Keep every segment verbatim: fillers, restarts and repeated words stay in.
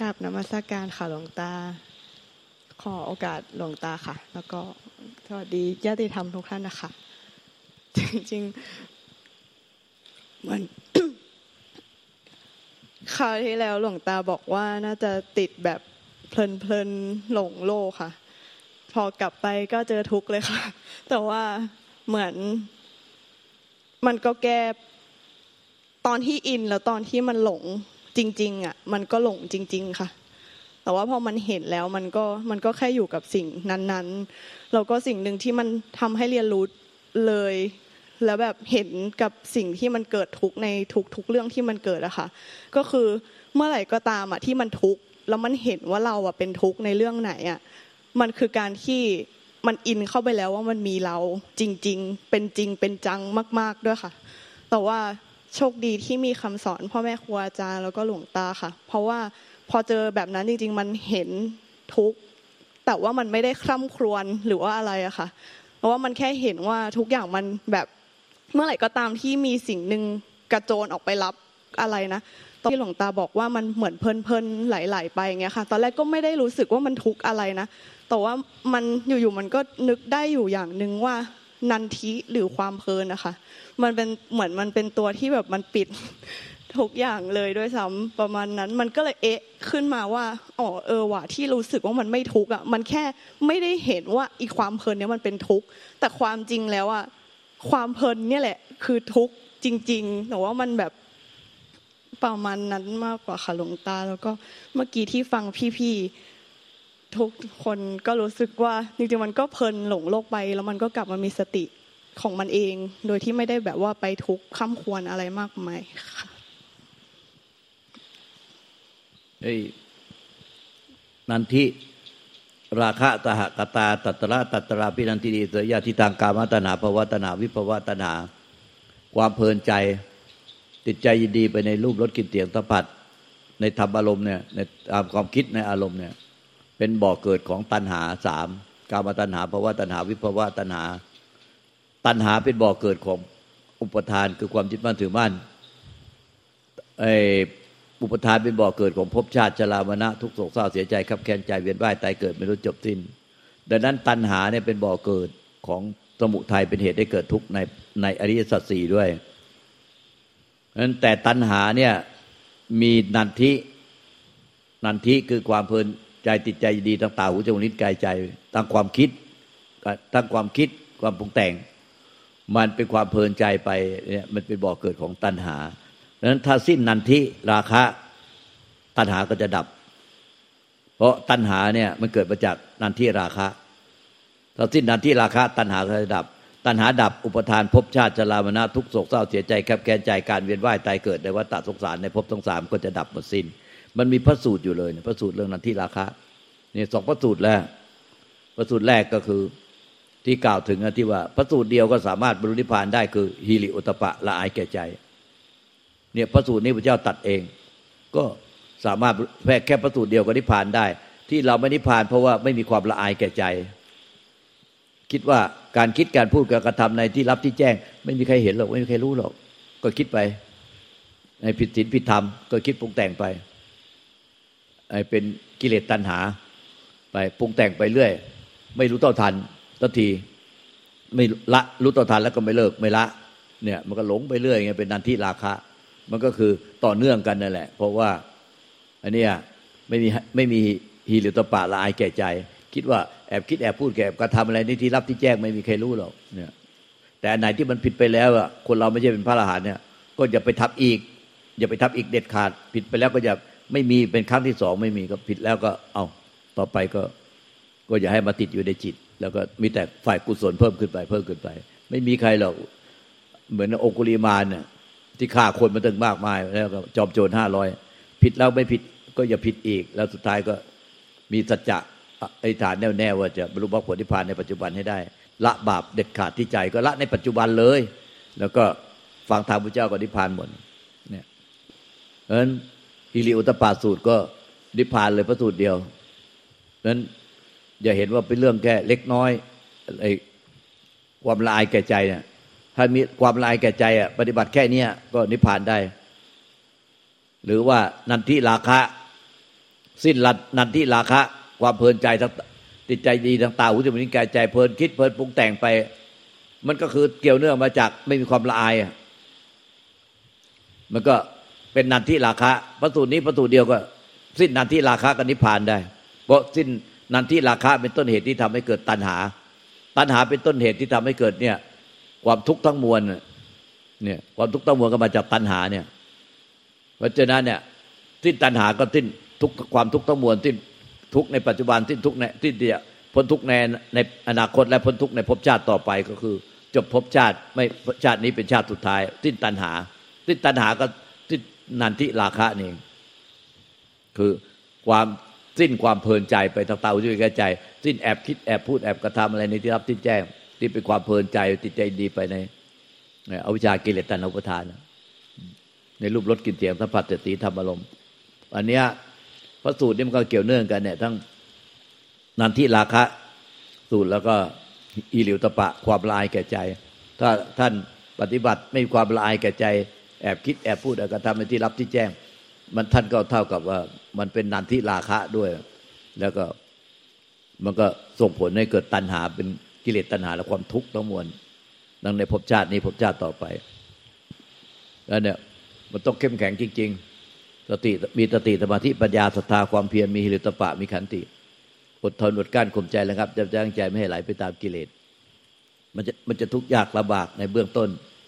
กราบนมัสการค่ะหลวงตาขอโอกาสหลวงตาค่ะแล้วก็สวัสดีญาติธรรมทุกท่านนะคะจริงๆมัน คราวที่แล้วหลวงตาบอกว่าน่าจะติดแบบเพลินๆหลงโลกค่ะพอกลับไปก็เจอทุกข์เลยค่ะแต่ว่าเหมือนมันก็แก้ตอนที่อินแล้วตอนที่มันหลงจริงๆอ่ะมันก็หลงจริงๆค่ะแต่ว่าพอมันเห็นแล้วมันก็มันก็แค่อยู่กับสิ่งนั้นๆแล้วก็สิ่งหนึ่งที่มันทำให้เรียนรู้เลยแล้วแบบเห็นกับสิ่งที่มันเกิดทุกข์ในทุกๆเรื่องที่มันเกิดอะค่ะก็คือเมื่อไหร่ก็ตามอะที่มันทุกข์แล้วมันเห็นว่าเราอะเป็นทุกข์ในเรื่องไหนอะมันคือการที่มันอินเข้าไปแล้วว่ามันมีเราจริงๆเป็นจริงเป็นจังมากๆด้วยค่ะแต่ว่าโชคดีที่มีคำสอนพ่อแม่ครูอาจารย์แล้วก็หลวงตาค่ะเพราะว่าพอเจอแบบนั้นจริงๆมันเห็นทุกข์แต่ว่ามันไม่ได้คร่ำครวญหรือว่าอะไรอะค่ะเพราะว่ามันแค่เห็นว่าทุกอย่างมันแบบเมื่อไหร่ก็ตามที่มีสิ่งหนึ่งกระโจนออกไปรับอะไรนะตอนที่หลวงตาบอกว่ามันเหมือนเพลินๆไหลๆไปอย่างเงี้ยค่ะตอนแรกก็ไม่ได้รู้สึกว่ามันทุกข์อะไรนะแต่ว่ามันอยู่ๆมันก็นึกได้อยู่อย่างนึงว่านันทิหรือความเพลินนะคะมันเป็นเหมือนมันเป็นตัวที่แบบมันปิดทุกอย่างเลยด้วยซ้ำประมาณนั้นมันก็เลยเอ๊ะขึ้นมาว่าอ๋อเออว่ะที่รู้สึกว่ามันไม่ทุกข์อ่ะมันแค่ไม่ได้เห็นว่าอีความเพลินเนี้ยมันเป็นทุกข์แต่ความจริงแล้วอ่ะความเพลินเนี่ยแหละคือทุกข์จริงๆแต่ว่ามันแบบประมาณนั้นมากกว่าค่ะหลวงตาแล้วก็เมื่อกี้ที่ฟังพี่ๆทุกคนก็รู้สึกว่าจริงๆมันก็เพลินหลงโลกไปแล้วมันก็กลับมามีสติของมันเองโดยที่ไม่ได้แบบว่าไปทุกข์ข้ามควรอะไรมากมายค่ะไอ้นันทิราคะตหกตาตัตระตัตราพินันทิติเสยยะทิตังกามตัณหาภวตัณหาวิภวตัณหาความเพลินใจติดใจยินดีไปในรูปรสกลิ่นเสียงสัมผัสในธรรมอารมณ์เนี่ยในตามความคิดในอารมณ์เนี่ยเป็นบ่อเกิดของตัณหาสามกามตัณหาภวตัณหาวิภวตัณหาตัณหาเป็นบ่อเกิดของอุปทานคือความยึดมั่นถือมั่นไอ้อุปทานเป็นบ่อเกิดของภพชาติชรามรณะทุกข์โศกเศร้าเสียใจคับแค้นใจเวียนว่ายตายเกิดไม่รู้จบสิ้นดังนั้นตัณหาเนี่ยเป็นบ่อเกิดของสมุทัยเป็นเหตุให้เกิดทุกข์ในในอริยสัจสี่ด้วยนั้นแต่ตัณหาเนี่ยมีนันทินันทิคือความเพลินใจติดใจดีต่างตาหูจมูกลิ้นกายใจตั้งความคิดตั้งความคิดความปรุงแต่งมันเป็นความเพลินใจไปเนี่ยมันเป็นบ่อเกิดของตัณหาดังนั้นถ้าสิ้นนันทิราคะตัณหาก็จะดับเพราะตัณหาเนี่ยมันเกิดมาจากนันทิราคะถ้าสิ้นนันทิราคะตัณหาก็จะดับตัณหาดับอุปทานภพชาติชรามรณะทุกข์โศกเศร้าเสียใจแคบแค้นใจการเวียนว่ายตายเกิดในวัฏสงสารในภพทั้งสามก็จะดับหมดสิ้นมันมีพระสูตรอยู่เลยเนี่ยพระสูตรเรื่องนันทิราคะเนี่ยสองพระสูตรแรกพระสูตรแรกก็คือที่กล่าวถึงที่ว่าพระสูตรเดียวก็สามารถบรรลุนิพพานได้คือหิริโอตตัปปะละอายแก่ใจเนี่ยพระสูตรนี้พระเจ้าตัดเองก็สามารถแค่แค่พระสูตรเดียวก็นิพพานได้ที่เราไม่นิพพานเพราะว่าไม่มีความละอายแก่ใจคิดว่าการคิดการพูดการกระทำในที่ลับที่แจ้งไม่มีใครเห็นหรอกไม่มีใครรู้หรอกก็คิดไปในผิดศีลผิดธรรมก็คิดปรุงแต่งไปไอ้เป็นกิเลสตัณหาไปปรุงแต่งไปเรื่อยไม่รู้เท่าทันสักทีไม่ละรู้เท่าทันแล้วก็ไม่เลิกไม่ละเนี่ยมันก็หลงไปเรื่อยไงเป็นนันทิราคะมันก็คือต่อเนื่องกันนั่นแหละเพราะว่าอันเนี้ยไม่มีไม่มีหิริโอตตัปปะละอายแก่ใจคิดว่าแอบคิดแอบพูดแอบกระทำอะไรในที่ลับที่แจ้งไม่มีใครรู้หรอกเนี่ยแต่อันไหนที่มันผิดไปแล้วอ่ะคนเราไม่ใช่เป็นพระอรหันต์เนี่ยก็อย่าไปทำอีกอย่าไปทำอีกเด็ดขาดผิดไปแล้วก็อย่าไม่มีเป็นครั้งที่สองไม่มีก็ผิดแล้วก็เอาต่อไปก็ก็อย่าให้มาติดอยู่ในจิตแล้วก็มีแต่ฝ่ายกุศลเพิ่มขึ้นไปเพิ่มขึ้นไปไม่มีใครหรอกเหมือนองคุลิมานเนี่ยที่ฆ่าคนมาตั้งมากมายแล้วก็จอมโจรห้าร้อยผิดแล้วไม่ผิดก็อย่าผิดอีกแล้วสุดท้ายก็มีสัจจะอธิษฐานแน่ๆว่าจะบรรลุมรรคผลนิพพานในปัจจุบันให้ได้ละบาปเด็ดขาดที่ใจก็ละในปัจจุบันเลยแล้วก็ฟังธรรมพระเจ้าก็นิพพานหมดเนี่ยเพราะฉะนั้นหิริโอตตัปปะสูตรก็นิพพานเลยพระสูตรเดียวเพราะฉะนั้นอย่าเห็นว่าเป็นเรื่องแค่เล็กน้อยไอ้ความละอายแก่ใจเนี่ยถ้ามีความละอายแก่ใจอ่ะปฏิบัติแค่นี้ก็นิพพานได้หรือว่านันทิราคะสิ้นนันทิราคะความเพลินใจทั้งติดใจดีทางตาหูจมูกลิ้นกายใจเพลินคิดเพลินปรุงแต่งไปมันก็คือเกี่ยวเนื่องมาจากไม่มีความละอายมันก็เป็นนันทิราคะพระสูตรนี้พระสูตรเดียวก็สิ้นนันทิราคะกับนิพพานได้เพราะสิ้นนันทิราคะเป็นต้นเหตุที่ทำให้เกิดตัณหาตัณหาเป็นต้นเหตุที่ทำให้เกิดเนี่ยความทุกข์ทั้งมวลเนี่ยความทุกข์ทั้งมวลก็มาจากตัณหาเนี่ยเพราะฉะนั้นเนี่ยสิ้นตัณหาก็สิ้นทุกความทุกข์ทั้งมวลสิ้นทุกข์ในปัจจุบันสิ้นทุกข์ในสิ้นเดียพ้นทุกข์ในในอนาคตและพ้นทุกข์ในภพชาติต่อไปก็คือจบภพชาติไม่ชาตินี้เป็นชาติสุดท้ายสิ้นตัณหาสิ้นตัณหาก็สิ้นนันทิราคะนี่คือความสิ้นความเพลินใจไปทางตาหูจมูกลิ้นกายใจสิ้นแอบคิดแอบพูดแอบกระทำอะไรในที่รับที่แจ้งที่เป็นความเพลินใจติดใจดีไปในอวิชชากิเลสตัณหาอุปาทานในรูปรสกลิ่นเสียงสัมผัสเจตสีธรรมอารมณ์อันเนี้ยพระสูตรนี่มันก็เกี่ยวเนื่องกันเนี่ยทั้งนันทิราคะสูตรแล้วก็อิริวตปะความละอายแก่ใจถ้าท่านปฏิบัติไม่มีความละอายแก่ใจแอบคิดแอบพูดแอบกระทำในที่รับที่แจ้งมันท่านก็เท่ากับว่ามันเป็นนันทิราคะด้วยแล้วก็มันก็ส่งผลให้เกิดตัณหาเป็นกิเลสตัณหาและความทุกข์ทั้งมวลดังในภพชาตินี้ภพชาติต่อไปแล้วเนี่ยมันต้องเข้มแข็งจริงๆสติมีสติสมาธิปัญญาศรัทธาความเพียรมีหิริโอตปะมีขันติอดทนอดกลั้นข่มใจแล้วครับจะตั้งใจไม่ให้ไหลไปตามกิเลสมันจะมันจะทุกข์ยากลำบากในเบื้องต้น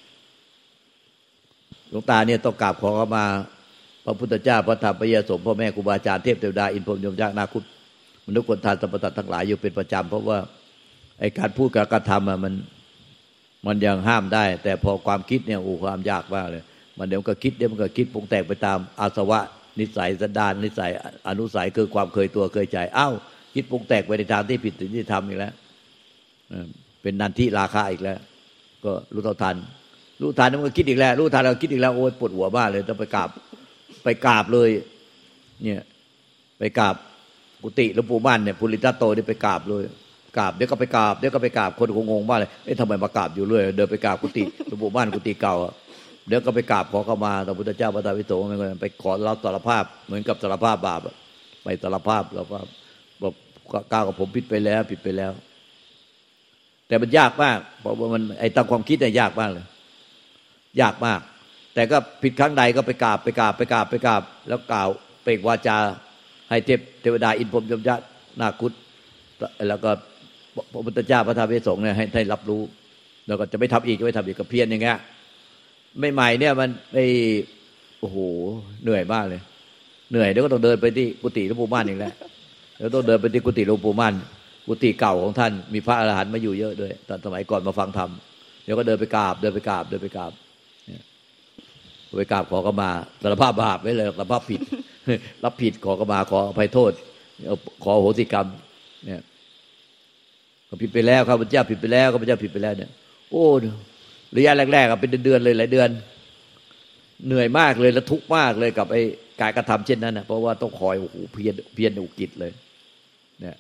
หลวงตาเนี่ยต้องกราบขอเข้ามาพระพุทธเจ้าพระธรรมพระยาสมพ่อแม่ครูบาอาจารย์เทพเทวดาอินทร์พรหมยมยักษ์นาคุตมนุษย์คนทานสัมปทานทั้งหลายอยู่เป็นประจำเพราะว่าไอ้การพูดกับการทำอ่ะมันมันยังห้ามได้แต่พอความคิดเนี่ยโอ้ความยากมากเลยมันเดี๋ยวก็คิดเดี๋ยวมันก็คิดปรุงแต่งไปตามอาสวะนิสัยสันดานนิสัยอนุสัยคือความเคยตัวเคยใจอ้าวคิดปรุงแต่งไปในทางที่ผิดศีลที่ธรรมอีกแล้วเป็นนันทิราคะอีกแล้วก็รู้เท่าทันรู้ทันมันก็คิดอีกแล้วรู้ทันเราคิดอีกแล้วโอ๊ยปวดหัวมากเลยต้องไปกราบไปกราบเลยเนี่ยไปกราบกุฏิหลวงปู่มั่นเนี่ยภูริทัตโตนี่ไปกราบเลยกราบเดี๋ยวก็ไปกราบเดี๋ยวก็ไปกราบคนคงงงมากเลยเอ๊ะทำไมมากราบอยู่เรื่อยเดินไปกราบกุฏิหลวงปู่มั่นกุฏิเก่าเดี๋ยวก็ไปกราบขอเข้ามาพระพุทธเจ้าพระธรรมวิโสไปขอรับสารภาพเหมือนกับสารภาพบาปไปสารภาพแล้วว่าบอกก้าวกับผมผิดไปแล้วผิดไปแล้วแต่มันยากมากเพราะว่ามันไอ้ตามความคิดเนี่ยยากมากเลยยากมากแต่ก็ผิดครั้งใดก็ไปกราบไปกราบไปกราบไปกราบแล้วกล่าวเปล่งวาจาให้เทพเทวดาอินทร์พรหมยมยักษ์นาคุตแล้วก็พระพุทธเจ้าพระธรรมพระสงฆ์เนี่ยให้ให้รับรู้แล้วก็จะไม่ทำอีกจะไม่ทำอีกก็เพียรอย่างเงี้ยใหม่ๆเนี่ยมันไอ้โอ้โหเหนื่อยมากเลยเหนื่อยเดี๋ยวก็ต้องเดินไปที่กุฏิหลวงปู่มั่นอีกแล้วเดี๋ยวต้องเดินไปที่กุฏิหลวงปู่มั่นกุฏิเก่าของท่านมีพระอรหันต์มาอยู่เยอะด้วยตอนสมัยก่อนมาฟังธรรมเดี๋ยวก็เดินไปกราบเดินไปกราบเดินไปกราบไปกราบขอเข้ามาสารภาพบาปไว้เลยสารภาพผิดรับผิดขอเข้ามาขออภัยโทษขอโหสิกรรมเนี่ยก็ผิดไปแล้วข้าพเจ้าผิดไปแล้วข้าพเจ้าผิดไปแล้วเนี่ยโอ้ระยะแรกๆเป็นเดือนๆเลยหลายเดือนเหนื่อยมากเลยและทุกข์มากเลยกับไอ้การกระทำเช่นนั้นนะเพราะว่าต้องคอยโอ้โหเพียรเพียรอุกิจเลยเนี่ย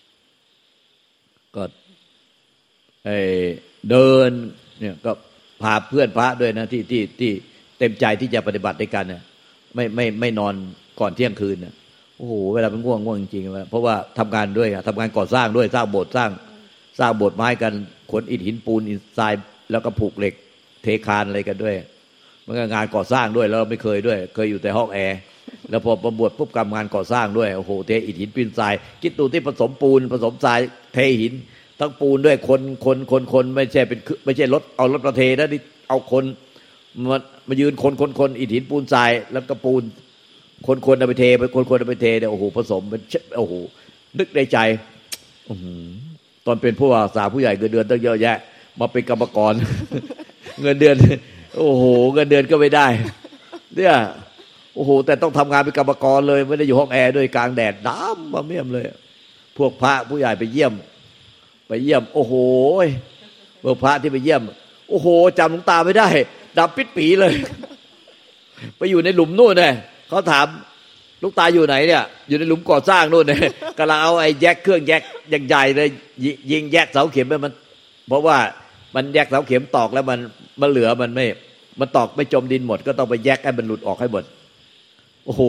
ก็ไอ้เดินเนี่ยก็พาเพื่อนพระด้วยนะที่ที่ที่เต็มใจที่จะปฏิบัติด้วยกันเนี่ยไม่ไม่ไม่นอนก่อนเที่ยงคืนนะโอ้โหเวลาเป็นง่วงง่วงจริงๆเพราะว่าทำงานด้วยทำงานก่อสร้างด้วยสร้างโบสถ์สร้างสร้างโบสถ์ไม้กันขนอิฐหินปูนอิฐทรายแล้วก็ผูกเหล็กเทคานอะไรกันด้วยมันก็งานก่อสร้างด้วยแล้วไม่เคยด้วยเคยอยู่แต่ห้องแอร์แล้วพอประบวชปุ๊บกำงานก่อสร้างด้วยโอ้โหเทอิฐหินปูนทรายคิดดูที่ผสมปูนผสมทรายเทหินทั้งปูนด้วยคนคนคนคนไม่ใช่เป็นไม่ใช่รถเอารถมาเทนะนี่เอาคนมามายืนคนคนคนอิฐหินปูนทรายแล้วก็ปูนคนคนเอาไปเทไปคนคนเอาไปเทเนี่ยโอ้โหผสมมันโอ้โหนึกในใจตอนเป็นผู้อาสาผู้ใหญ่เงินเดือนตั้งเยอะแยะมาเป็นกรรมกรเงินเดือนโอ้โหเงินเดือนก็ไม่ได้เนี่ยโอ้โหแต่ต้องทำงานเป็นกรรมกรเลยไม่ได้อยู่ห้องแอร์ด้วยกลางแดดดำมาเมี่ยมเลยพวกพระผู้ใหญ่ไปเยี่ยมไปเยี่ยมโอ้โหพวกพระที่ไปเยี่ยมโอ้โหจำหลวงตาไม่ได้ดำปิดปีเลยไปอยู่ในหลุมนู่นเลยเขาถามหลวงตาอยู่ไหนเนี่ยอยู่ในหลุมก่อสร้างนู่นเลยกำลังเอาไอ้แยกเครื่องแยกใหญ่ๆเลยยิงแยกเสาเข็มไปมันเพราะว่ามันแยกเสาเข็มตอกแล้วมันมันเหลือมันไม่มันตอกไม่จมดินหมดก็ต้องไปแยกให้มันหลุดออกให้หมดโอ้โห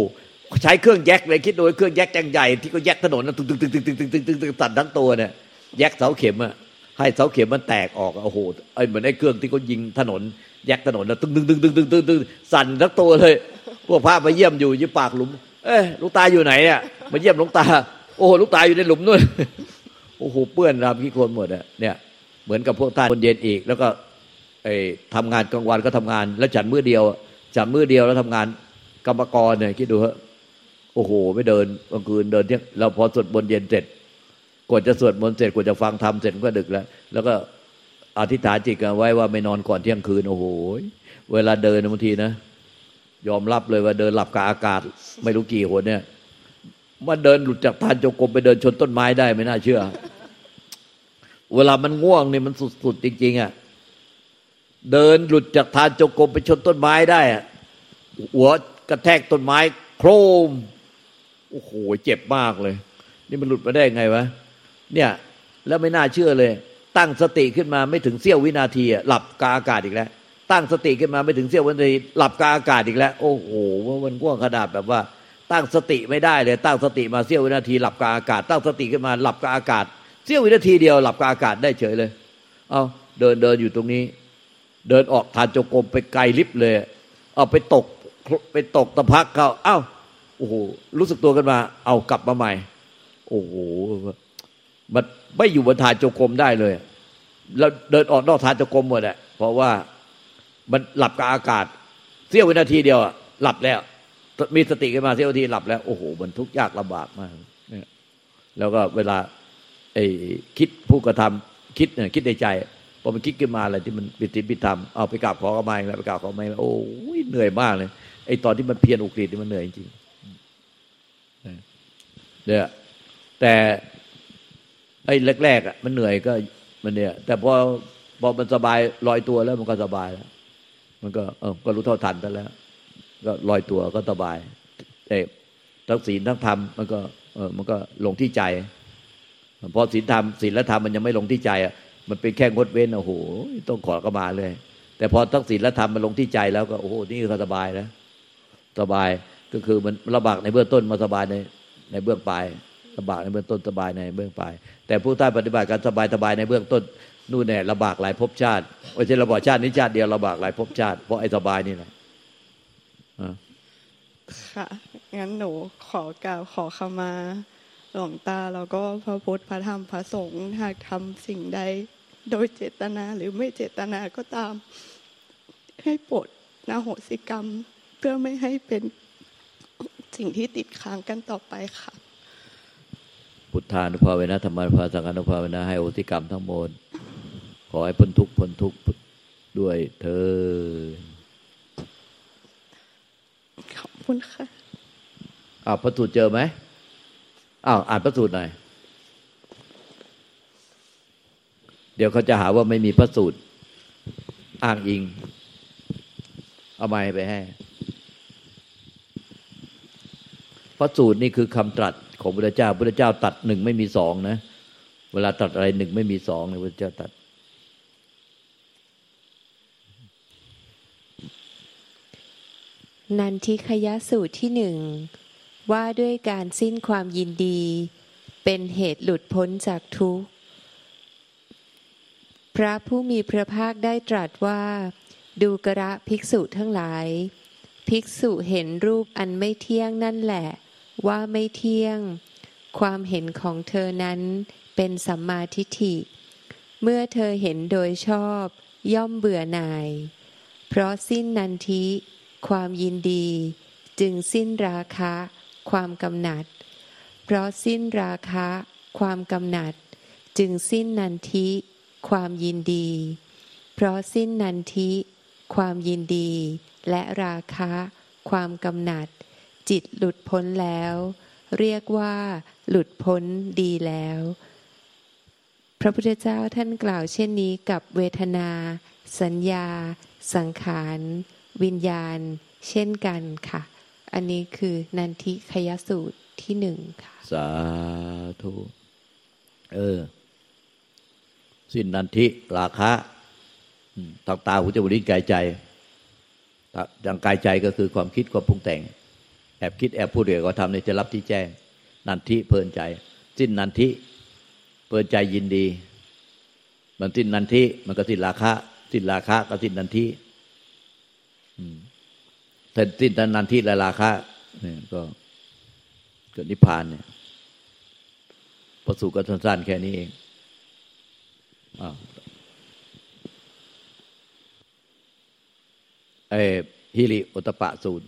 ใช้เครื่องแยกเลยคิดดูเครื่องแยกใหญ่ที่ก็แยกถนนตึงตึงตึงตึงตึงตึงตึงตึงตึงตัดทั้งตัวเนี่ยแยกเสาเข็มอะให้เสาเข็มมันแตกออกโอ้โหไอ้เหมือนไอ้เครื่องที่เขายิงถนนแยกถนนแล้วตึงตึงตึงตึงตึงตึงตึงสั่นทั้งตัวเลยพวกพระมาเยี่ยมอยู่ยี่ปากหลุมเอ้ยหลวงตาอยู่ไหนเนี่ยมาเยี่ยมหลวงตาโอ้โหหลวงตาอยู่ในหลุมนู่นโอ้โหเปื้อนรำขี้โคลนหมดอะเนี่ยเหมือนกับพวกท่านคนเย็นอีกแล้วก็ไอ้ทำงานกลางวันก็ทำงานแล้วจัดมื้อเดียวจัดมื้อเดียวแล้วทำงานกรรมกรเนี่ยคิดดูฮะโอ้โหไม่เดินกลางคืนเดินเที่ยงเราพอสวดมนต์เย็นเสร็จกว่าจะสวดมนต์เสร็จกว่าจะฟังธรรมเสร็จก็ดึกแล้วแล้วก็อธิษฐานจิตกันไว้ว่าไม่นอนก่อนเที่ยงคืนโอ้โหเวลาเดินบางทีนะยอมรับเลยว่าเดินหลับกับอากาศไม่รู้กี่หนเนี่ยมาเดินหลุดจากทานจงกรมไปเดินชนต้นไม้ได้ไม่น่าเชื่อเวลามันง่วงนี่มันสุดๆจริงๆอ่ะเดินหลุดจากทานจงกรมไปชนต้นไม้ได้อ่ะหัวกระแทกต้นไม้โครมโอ้โหเจ็บมากเลยนี่มันหลุดมาได้ไงวะเนี่ยแล้วไม่น่าเชื่อเลยตั้งสติขึ้นมาไม่ถึงเสี้ยววินาทีอ่ะหลับกลางอากาศอีกแล้วตั้งสติขึ้นมาไม่ถึงเสี้ยววินาทีหลับกลางอากาศอีกแล้วโอ้โหมันง่วงขนาดแบบว่าตั้งสติไม่ได้เลยตั้งสติมาเสี้ยววินาทีหลับกลางอากาศตั้งสติขึ้นมาหลับกลางอากาศเสี้ยววินาทีเดียวหลับกลางอากาศได้เฉยเลยเอาเดินเดินอยู่ตรงนี้เดินออกทานจงกรมไปไกลลิบเลยเอาไปตกไปตกตะพักเขาเอ้าโอ้โหรู้สึกตัวกันมาเอากลับมาใหม่โอ้โหมันไม่อยู่บนทานจงกรมได้เลยแล้วเดินออกนอกทานจงกรมหมดแหละเพราะว่ามันหลับกลางอากาศเสี้ยววินาทีเดียวหลับแล้วมีสติขึ้นมาเสี้ยววินาทีหลับแล้วโอ้โหมันทุกข์ยากลำบากมากเนี่ยแล้วก็เวลาไอ้คิดผู้กระทำคิดเนี่ยคิดในใจพอมันคิดขึ้นมาอะไรที่มันปิติปิธรรมเอาไปกราบขอเข้ามาแล้วไปกราบขอเข้ามาโอ้ยเหนื่อยมากเลยไอ้ตอนที่มันเพียรอุกฤษนี่มันเหนื่อยจริงเนี่ยแต่ไอ้แรกๆอ่ะมันเหนื่อยก็มันเนี่ยแต่พอพอมันสบายลอยตัวแล้วมันก็สบายแล้วมันก็เออก็รู้เท่าทันกันแล้วก็ลอยตัวก็สบายเอ้ทั้งศีลทั้งธรรมมันก็เออมันก็ลงที่ใจพอศีลธรรมศีลและธรรมมันยังไม่ลงที่ใจอ่ะมันเป็นแค่งดเว้นโอ้โหต้องขอเข้ามาเลยแต่พอทั้งศีลและธรรมมันลงที่ใจแล้วก็โอ้โหนี่ก็สบายแล้วสบายก็คือมันลำบากในเบื้องต้นมาสบายในในเบื้องปลายลำบากในเบื้องต้นสบายในเบื้องปลายแต่ผู้ใต้ปฏิบัติการสบายสบายในเบื้องต้นนู่นแน่ลำบากหลายภพชาติไม่ใช่ลำบากชาตินี้ชาติเดียวลำบากหลายภพชาติเพราะไอ้สบายนี่แหละค่ะงั้นหนูขอกล่าวขอขมาหลวงตาแล้วก็พระพุทธพระธรรมพระสงฆ์หากทำสิ่งใดโดยเจตนาหรือไม่เจตนาก็ตามให้โปรดอโหสิกรรมเพื่อไม่ให้เป็นสิ่งที่ติดค้างกันต่อไปค่ะพุทธานุภาเวนะธรรมานุภาสังฆานุภาเวนะให้อโหสิกรรมทั้งหมดขอให้พ้นทุกข์พ้นทุกข์ด้วยเถิดขอบคุณค่ะอ้าวพระสูตรเจอไหมอ้าวอ่านพระสูตรหน่อยเดี๋ยวเขาจะหาว่าไม่มีพระสูตรอ้างอิงเอาไม้ไปให้พระสูตรนี่คือคำตรัสของพระพุทธเจ้าพระพุทธเจ้าตัดหนึ่งไม่มีสองนะเวลาตรัสอะไรหนึ่งไม่มีสองเนี่ยพระพุทธเจ้าตรัสนันทิขยสูตรที่หนึ่งว่าด้วยการสิ้นความยินดีเป็นเหตุหลุดพ้นจากทุกข์พระผู้มีพระภาคได้ตรัสว่าดูกระภิกษุทั้งหลายภิกษุเห็นรูปอันไม่เที่ยงนั่นแหละว่าไม่เที่ยงความเห็นของเธอนั้นเป็นสัมมาทิฏฐิเมื่อเธอเห็นโดยชอบย่อมเบื่อหน่ายเพราะสิ้นนันทิความยินดีจึงสิ้นราคะความกำหนัดเพราะสิ้นราคะความกำหนัดจึงสิ้นนันทิความยินดีเพราะสิ้นนันทิความยินดีและราคะความกำหนัดจิตหลุดพ้นแล้วเรียกว่าหลุดพ้นดีแล้วพระพุทธเจ้าท่านกล่าวเช่นนี้กับเวทนาสัญญาสังขารวิญญาณเช่นกันค่ะอันนี้คือนันทิขยสูตรที่หนึ่งค่ะสาธุเออสิ้นนันทิราคะทางตาหูจมูกลิ้นกายใจทางกายใจก็คือความคิดความปรุงแต่งแอบคิดแอบพูดเดี๋ยวก็ทำในจะรับที่แจ้งนันทิเพลินใจสิ้นนันทิเพลินใจยินดีมันสิ้นนันทิมันก็สิ้นราคะสิ้นราคะก็สิ้นนันทิแต่สิ้นนันทิและราคะเนี่ยก็เกิดนิพพานเนี่ยประสูติกันสั้นๆแค่นี้เองอ้าวไอ้ฮิริโอตตัปปะสูตร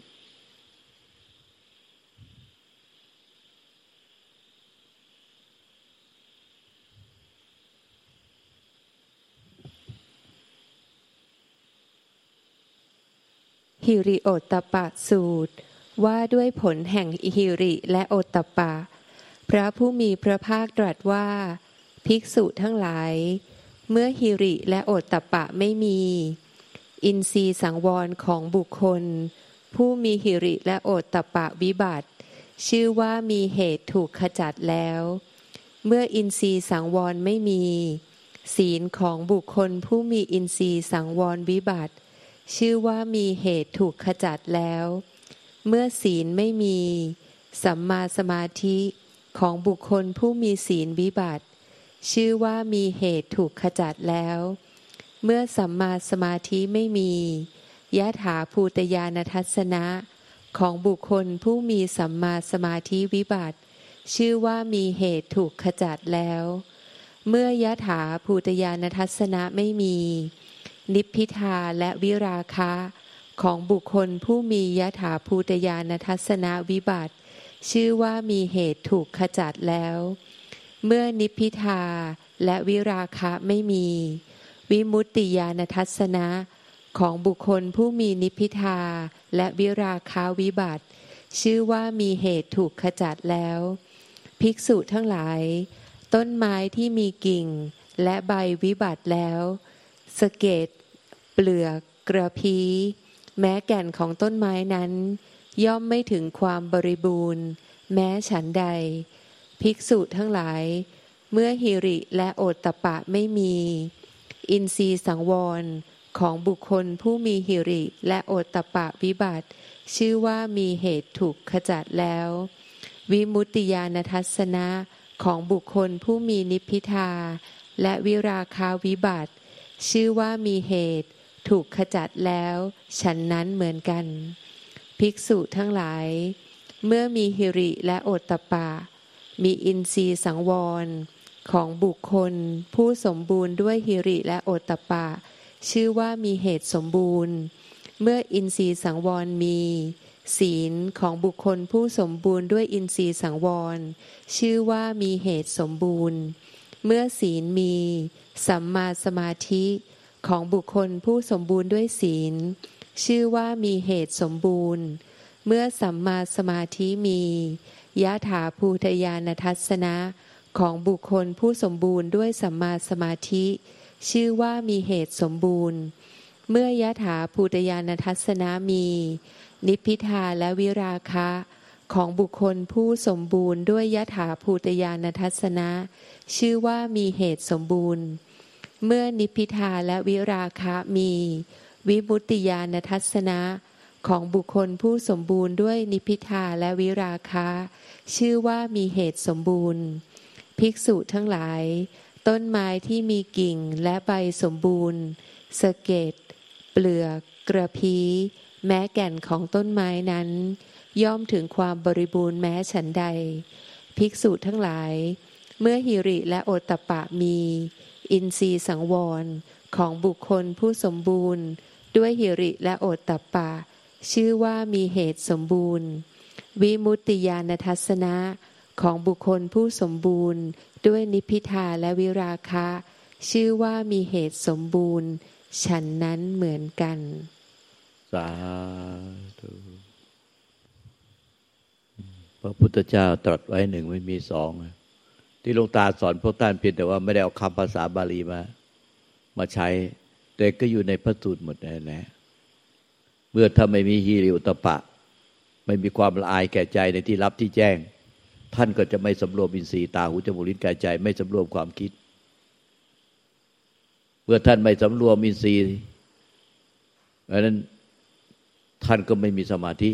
ฮิริโอตตัปปะสูตรว่าด้วยผลแห่งฮิริและโอตตัปปะพระผู้มีพระภาคตรัสว่าภิกษุทั้งหลายเมื่อฮิริและโอตตัปปะไม่มีอินทรีย์สังวรของบุคคลผู้มีฮิริและโอตตัปปะวิบัติชื่อว่ามีเหตุถูกขจัดแล้วเมื่ออินทรีย์สังวรไม่มีศีลของบุคคลผู้มีอินทรีย์สังวรวิบัติชื่อว่ามีเหตุถูกขจัดแล้วเมื่อศีลไม่มีสัมมาสมาธิของบุคคลผู้มีศีลวิบัติชื่อว่ามีเหตุถูกขจัดแล้วเมื่อสัมมาสมาธิไม่มียะถาภูตญาณทัสสนะของบุคคลผู้มีสัมมาสมาธิวิบัติชื่อว่ามีเหตุถูกขจัดแล้วเมื่อยะถาภูตญาณทัสสนะไม่มีนิพพิทาและวิราคะของบุคคลผู้มียถาภูตญาณทัสสนวิบัติชื่อว่ามีเหตุถูกขจัดแล้วเมื่อนิพพิทาและวิราคะไม่มีวิมุตติญาณทัสสนะของบุคคลผู้มีนิพพิทาและวิราคะวิบัติชื่อว่ามีเหตุถูกขจัดแล้วภิกษุทั้งหลายต้นไม้ที่มีกิ่งและใบวิบัติแล้วสะเก็ดเปลือกกระพี้แม้แก่นของต้นไม้นั้นย่อมไม่ถึงความบริบูรณ์แม้ฉันใดภิกษุทั้งหลายเมื่อหิริและโอตตัปปะไม่มีอินทรีย์สังวรของบุคคลผู้มีหิริและโอตตัปปะวิบัติชื่อว่ามีเหตุถูกขจัดแล้ววิมุตติญาณทัสสนะของบุคคลผู้มีนิพพิทาและวิราคาวิบัติชื่อว่ามีเหตุถูกขจัดแล้วฉันนั้นเหมือนกันภิกษุทั้งหลายเมื่อมีหิริและโอตตัปปะมีอินทรีย์สังวรของบุคคลผู้สมบูรณ์ด้วยหิริและโอตตัปปะชื่อว่ามีเหตุสมบูรณ์เมื่ออินทรีย์สังวรมีศีลของบุคคลผู้สมบูรณ์ด้วยอินทรีย์สังวรชื่อว่ามีเหตุสมบูรณ์เมื่อศีลมีสัมมาสมาธิของบุคคลผู้สมบูรณ์ด้วยศีลชื่อว่ามีเหตุสมบูรณ์เมื่อสัมมาสมาธิมียะถาภูตญาณทัสสนะของบุคคลผู้สมบูรณ์ด้วยสัมมาสมาธิชื่อว่ามีเหตุสมบูรณ์เมื่อยะถาภูตญาณทัสสนะมีนิพพิทาและวิราคะของบุคคลผู้สมบูรณ์ด้วยยะถาภูตญาณทัสสนะชื่อว่ามีเหตุสมบูรณ์เมื่อนิพพิทาและวิราคะมีวิมุตติญาณทัสสนะของบุคคลผู้สมบูรณ์ด้วยนิพพิทาและวิราคะชื่อว่ามีเหตุสมบูรณ์ภิกษุทั้งหลายต้นไม้ที่มีกิ่งและใบสมบูรณ์สะเก็ดเปลือกกระพี้แม้แก่นของต้นไม้นั้นย่อมถึงความบริบูรณ์แม้ฉันใดภิกษุทั้งหลายเมื่อหิริและโอตตัปปะมีอินทรีย์สังวรของบุคคลผู้สมบูรณ์ด้วยหิริและโอตตัปปะชื่อว่ามีเหตุสมบูรณ์วิมุตติญาณทัสสนะของบุคคลผู้สมบูรณ์ด้วยนิพพิทาและวิราคะชื่อว่ามีเหตุสมบูรณ์ฉันนั้นเหมือนกันสาธุพระพุทธเจ้าตรัสไว้หนึ่งไม่มีสองที่หลวงตาสอนพวกท่านเพียงแต่ว่าไม่ได้เอาคำภาษาบาลีมามาใช้แต่ก็อยู่ในพระสูตรหมดนั่นแหละเมื่อถ้าไม่มีหิริโอตตัปปะไม่มีความละอายแก่ใจในที่รับที่แจ้งท่านก็จะไม่สำรวมอินทรีย์ตาหูจมูกลิ้นกายใจไม่สำรวมความคิดเมื่อท่านไม่สำรวมอินทรีย์เพราะนั้นท่านก็ไม่มีสมาธิพ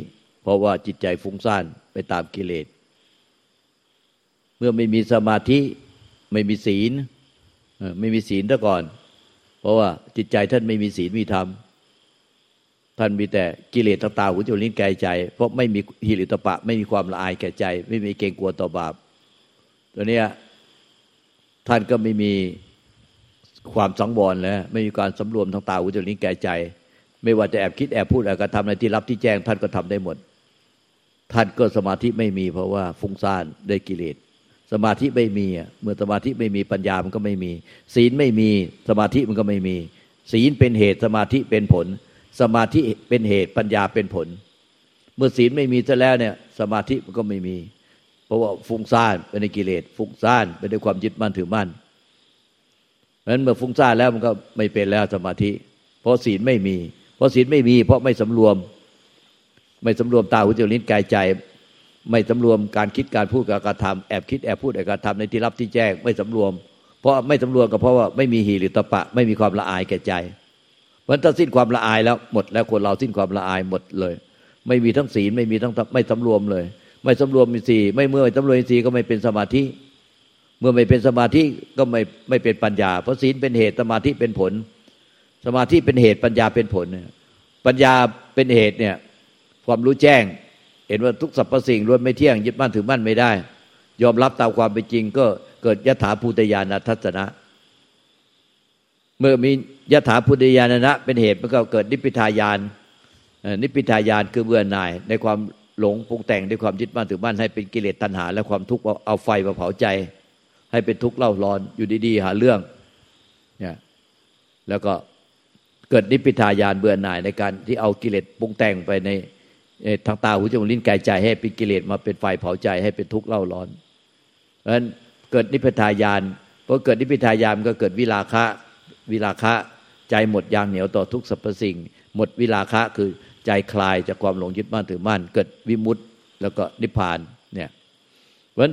เพราะว่าจิตใจฟุ้งซ่านไปตามกิเลสเมื่อไม่มีสมาธิไม่มีศีลไม่มีศีลซะก่อนเพราะว่าจิตใจท่านไม่มีศีลมีธรรมท่านมีแต่กิเลสตาหูจมูกลิ้นกายใจเพราะไม่มีหิริโอตปะไม่มีความละอายแก่ใจไม่มีเกรงกลัวต่อบาปตัวเนี้ยท่านก็ไม่มีความสังวรแล้วไม่มีการสำรวมทางตาหูจมูกลิ้นกายใจไม่ว่าจะแอบคิดแอบพูดแอบกระทำในที่ลับที่แจ้งท่านก็ทำได้หมดท่านก็สมาธิไม่มีเพราะว่าฟุ้งซ่านด้วยกิเลสสมาธิไม่มีเมื่อสมาธิไม่มีปัญญามันก็ไม่มีศีลไม่มีสมาธิมันก็ไม่มีศีลเป็นเหตุสมาธิเป็นผลสมาธิเป็นเหตุปัญญาเป็นผลเมื่อศีลไม่มีซะแล้วเนี่ยสมาธิมันก็ไม่มีเพราะว่าฟุ้งซ่านไปในกิเลสฟุ้งซ่านไปด้วยความยึดมั่นถือมั่นเพราะฉะนั้นเมื่อฟุ้งซ่านแล้วมันก็ไม่เป็นแล้วสมาธิเพราะศีลไม่มีเพราะศีลไม่มีเพราะไม่สำรวมไม่สำรวมตาหูจมูกลิ้นกายใจไม่สำรวมการคิดการพูดการกระทำแอบคิดแอบพูดแอบกระทำในที่ลับที่แจ้งไม่สำรวมเพราะไม่สำรวมก็เพราะว่าไม่มีหิริโอตปะไม่มีความละอายแก่ใจเพราะถ้าสิ้นความละอายแล้วหมดแล้วคนเราสิ้นความละอายหมดเลยไม่มีทั้งศีลไม่มีทั้งไม่สำรวมเลยไม่สำรวมมีสี่ไม่เมื่อไม่สำรวมมีสี่ก็ไม่เป็นสมาธิเมื่อไม่เป็นสมาธิก็ไม่ไม่เป็นปัญญาเพราะศีลเป็นเหตุสมาธิเป็นผลสมาธิเป็นเหตุปัญญาเป็นผลปัญญาเป็นเหตุเนี่ยความรู้แจ้งเห็นว่าทุกสรรพสิ่งล้วนไม่เที่ยงยึดมั่นถือมั่นไม่ได้ยอมรับตามความเป็นจริงก็เกิดยถาภูตญาณทัศนะเมื่อมียถาภูตญาณนะเป็นเหตุมันก็เกิดนิพพิทายานนิพพิทายานคือเบื่อหน่ายในความหลงปรุงแต่งด้วยความยึดมั่นถือมั่นให้เป็นกิเลสตัณหาและความทุกข์เอาไฟมาเผาใจให้เป็นทุกข์เล่าร้อนอยู่ดีๆหาเรื่องเนี่ยแล้วก็เกิดนิพพิทายานเบื่อหน่ายในการที่เอากิเลสปรุงแต่งไปในทางตาหูจมูกลิ้นกายใจให้เป็นกิเลสมาเป็นไฟเผาใจให้เป็นทุกข์เล่าร้อนเพราะฉะนั้นเกิดนิพพิทายานพอเกิดนิพพิทายานก็เกิดวิราคะวิราคะใจหมดยางเหนียวต่อทุกสรรพสิ่งหมดวิราคะคือใจคลายจากความหลงยึดมั่นถือมั่นเกิดวิมุตติแล้วก็นิพพานเนี่ยเพราะฉะนั้น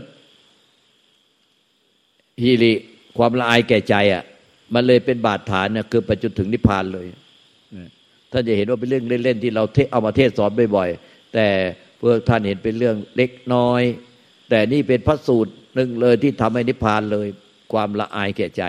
หิริความละอายแก่ใจอ่ะมันเลยเป็นบาดฐานเนี่ยคือไปจนถึงนิพพานเลยท่านจะเห็นว่าเป็นเรื่องเล่นๆที่เราเทเอามาเทศสอนบ่อยๆแต่พวกท่านเห็นเป็นเรื่องเล็กน้อยแต่นี่เป็นพระสูตรหนึ่งเลยที่ทำให้นิพพานเลยความละอายแก่ใจ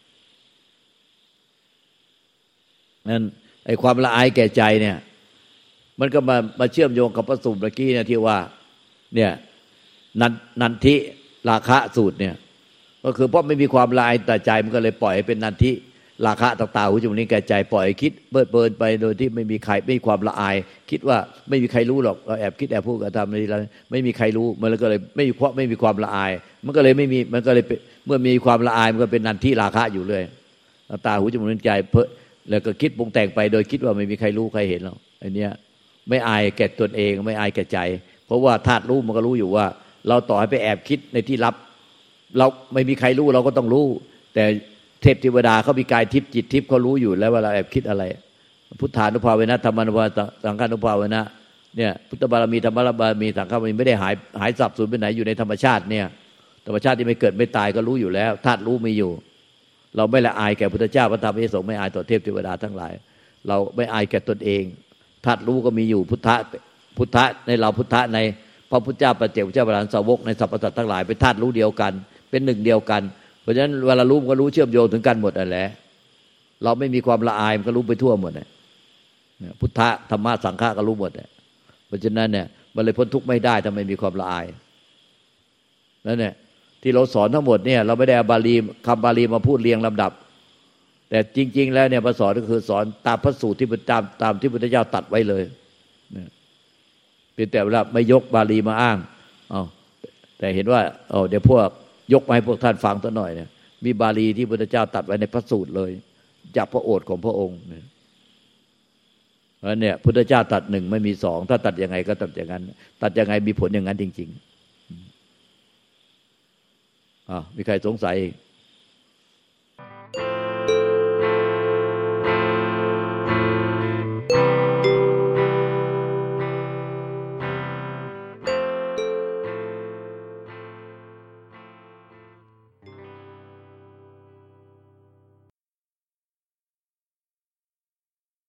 นั่นไอ้ความละอายแก่ใจเนี่ยมันก็มามาเชื่อมโยงกับพระสูตรเมื่อกี้เนี่ยที่ว่าเนี่ยนันนันทิราคะสูตรเนี่ยก็คือเพราะไม่มีความละอายแต่ใจมันก็เลยปล่อยให้เป็นนันทิราคะต่างๆหูจมูกลิ้นกายใจปล่อยคิดเบิดเบินไปโดยที่ไม่มีใครไม่มีความละอายคิดว่าไม่มีใครรู้หรอกเราแอบคิดแอบพูดกระทำอะไรไม่มีใครรู้มันก็เลยไม่เพราะไม่มีความละอายมันก็เลยไม่มีมันก็เลยเมื่อมีความละอายมันก็เป็นนันทิราคะอยู่เลยตาหูจมูกลิ้นกายเพ้อแล้วก็คิดปรุงแต่งไปโดยคิดว่าไม่มีใครรู้ใครเห็นหรอกไอ้เนี้ยไม่อายแก่ตนเองไม่อายแก่ใจเพราะว่าธาตุรู้มันก็รู้อยู่ว่าเราต่อให้ไปแอบคิดในที่ลับเราไม่มีใครรู้เราก็ต้องรู้แต่เทพเทวดาเขามีกายทิพย์จิตทิพย์เขารู้อยู่แล้วว่าเราแอบคิดอะไรพุทธานุภาเวนะธรรมานุภาเวนะสังฆานุภาเวนะเนี่ยพุทธบารมีธรรมบารมีสังฆบารมีไม่ได้หายหายสับสูญไปไหนอยู่ในธรรมชาติเนี่ยธรรมชาติที่ไม่เกิดไม่ตายก็รู้อยู่แล้วธาตุรู้มีอยู่เราไม่ละอายแก่พุทธเจ้าพระธรรมพระสงฆ์ไม่อายต่อเทพเทวดาทั้งหลายเราไม่อายแก่ตนเองธาตุรู้ก็มีอยู่พุทธะพุทธะในเราพุทธะในพระพุทธเจ้าปัจเจกพุทธเจ้าพระอรหันตสาวกในสรรพสัตว์ทั้งหลายเป็นธาตุรู้เดียวกันเป็นหนึ่งเดียวกันเพราะฉะนั้นเวลารู้มันก็รู้เชื่อมโยงถึงกันหมดนั่นแหละเราไม่มีความละอายมันก็รู้ไปทั่วหมดเนี่ยพุทธะธรรมะสังฆะก็รู้หมดเนี่ยเพราะฉะนั้นเนี่ยมันเลยพ้นทุกข์ไม่ได้ถ้าไม่มีความละอายนั่นเนี่ยที่เราสอนทั้งหมดเนี่ยเราไม่ได้เอาบาลีคำบาลีมาพูดเรียงลำดับแต่จริงๆแล้วเนี่ยพระสอนก็คือสอนตามพระสูตรที่ตามตามที่พุทธเจ้าตรัสไว้เลยเพียงแต่ว่าไม่ยกบาลีมาอ้างอ๋อแต่เห็นว่าอ๋อเดี๋ยวพวกยกมาให้พวกท่านฟังตัวหน่อยเนี่ยมีบาลีที่พุทธเจ้าตรัสไว้ในพระสูตรเลยจากพระโอษฐ์ของพระองค์เนี่ยเพราะเนี่ยพุทธเจ้าตรัสหนึ่งไม่มีสองถ้าตรัสยังไงก็ตรัสอย่างนั้นตรัสยังไงมีผลอย่างนั้นจริงๆอ่ามีใครสงสัยอีก